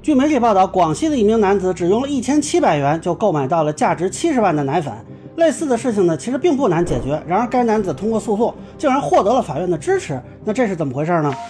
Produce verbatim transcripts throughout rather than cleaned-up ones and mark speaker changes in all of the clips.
Speaker 1: 据媒体报道，广西的一名男子只用了一千七百元就购买到了价值七十万的奶粉。类似的事情呢，其实并不难解决。然而，该男子通过诉讼竟然获得了法院的支持，那这是怎么回事呢？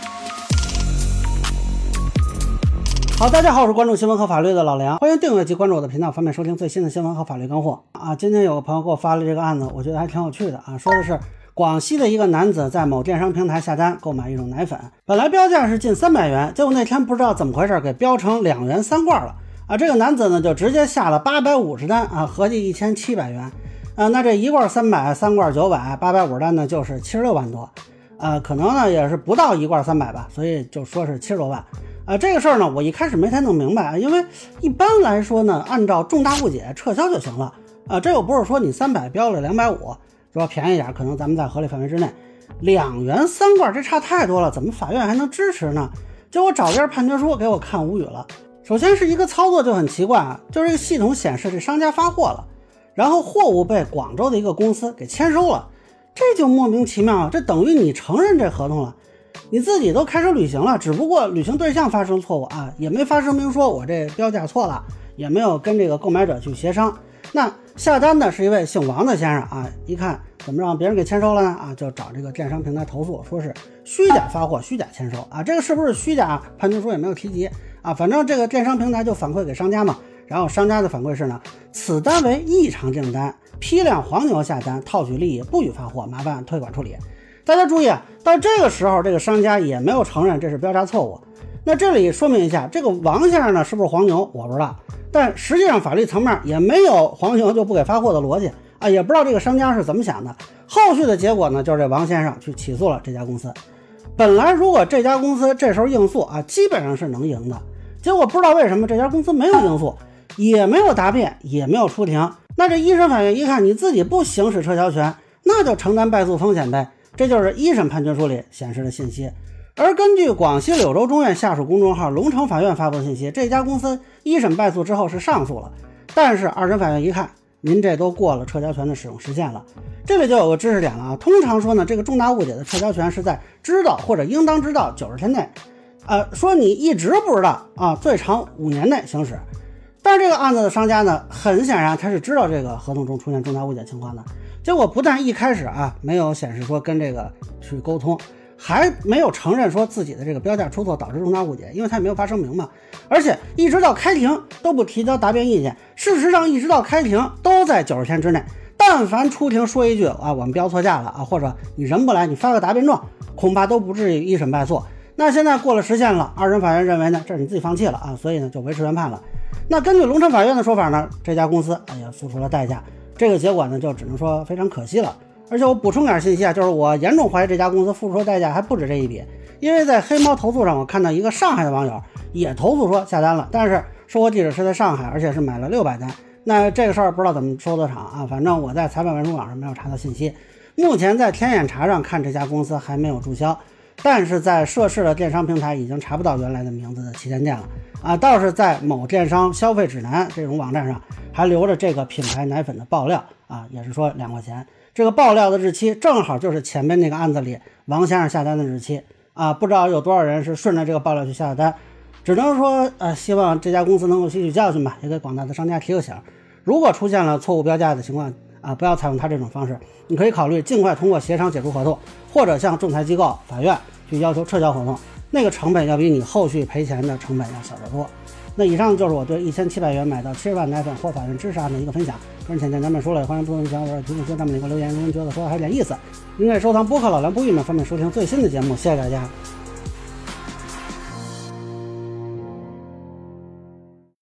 Speaker 1: 好，大家好，我是关注新闻和法律的老梁，欢迎订阅及关注我的频道，方便收听最新的新闻和法律干货啊。今天有个朋友给我发了这个案子，我觉得还挺有趣的啊，说的是广西的一个男子在某电商平台下单购买一种奶粉，本来标价是近三百元，结果那天不知道怎么回事给标成两元三罐了啊。这个男子呢就直接下了八百五十单啊，合计一千七百元啊。那这一罐三百，三罐九百，八百五十单呢就是七十六万多啊，可能呢也是不到一罐三百吧，所以就说是七十多万啊。这个事儿呢我一开始没太弄明白，因为一般来说呢按照重大误解撤销就行了啊，这又不是说你三百标了两百五说便宜点，可能咱们在合理范围之内。两元三罐这差太多了，怎么法院还能支持呢？结果找遍判决书给我看无语了。首先是一个操作就很奇怪啊，就是这个系统显示这商家发货了，然后货物被广州的一个公司给签收了，这就莫名其妙了，这等于你承认这合同了，你自己都开始履行了，只不过履行对象发生错误啊，也没发声明说我这标价错了，也没有跟这个购买者去协商。那下单的是一位姓王的先生啊，一看怎么让别人给签收了呢啊，就找这个电商平台投诉，说是虚假发货虚假签收啊，这个是不是虚假判决书也没有提及啊，反正这个电商平台就反馈给商家嘛，然后商家的反馈是呢，此单为异常订单，批量黄牛下单，套取利益，不予发货，麻烦退款处理。大家注意啊，到这个时候这个商家也没有承认这是标价错误。那这里说明一下，这个王先生呢是不是黄牛我不知道，但实际上法律层面也没有黄牛就不给发货的逻辑啊，也不知道这个商家是怎么想的。后续的结果呢，就是这王先生去起诉了这家公司。本来如果这家公司这时候应诉啊，基本上是能赢的，结果不知道为什么这家公司没有应诉，也没有答辩，也没有出庭。那这一审法院一看你自己不行使撤销权，那就承担败诉风险呗，这就是一审判决书里显示的信息。而根据广西柳州中院下属公众号龙城法院发布的信息，这家公司一审败诉之后是上诉了，但是二审法院一看您这都过了撤销权的使用时限了。这里就有个知识点了啊，通常说呢，这个重大误解的撤销权是在知道或者应当知道九十天内呃，说你一直不知道啊，最长五年内行使。但是这个案子的商家呢，很显然他是知道这个合同中出现重大误解情况的，结果不但一开始啊没有显示说跟这个去沟通，还没有承认说自己的这个标价出错导致重大误解，因为他也没有发声明嘛，而且一直到开庭都不提交答辩意见。事实上一直到开庭都在九十天之内，但凡出庭说一句啊我们标错价了啊，或者你人不来你发个答辩状，恐怕都不至于一审败诉。那现在过了时限了，二审法院认为呢，这是你自己放弃了啊，所以呢就维持原判了。那根据龙城法院的说法呢，这家公司哎呀付出了代价，这个结果呢就只能说非常可惜了。而且我补充点信息啊，就是我严重怀疑这家公司付出的代价还不止这一笔，因为在黑猫投诉上我看到一个上海的网友也投诉说下单了，但是收货地址是在上海，而且是买了六百单。那这个事儿不知道怎么收的场啊，反正我在裁判文书网上没有查到信息。目前在天眼查上看这家公司还没有注销，但是在涉事的电商平台已经查不到原来的名字的旗舰店了啊，倒是在某电商消费指南这种网站上还留着这个品牌奶粉的爆料啊，也是说两块钱。这个爆料的日期正好就是前面那个案子里王先生下单的日期啊，不知道有多少人是顺着这个爆料去下的单，只能说呃，希望这家公司能够吸取教训吧，也给广大的商家提个醒，如果出现了错误标价的情况啊，不要采用他这种方式，你可以考虑尽快通过协商解除合同，或者向仲裁机构、法院去要求撤销合同，那个成本要比你后续赔钱的成本要小得多。那以上就是我对一千七百元买到七十万奶粉或法院支持案的一个分享，个人浅见咱们说了，也欢迎多分享我的评论区弹幕里给我留言，如果您觉得说还有点意思，您可以收藏播客老梁不郁闷，方便收听最新的节目，谢谢大家。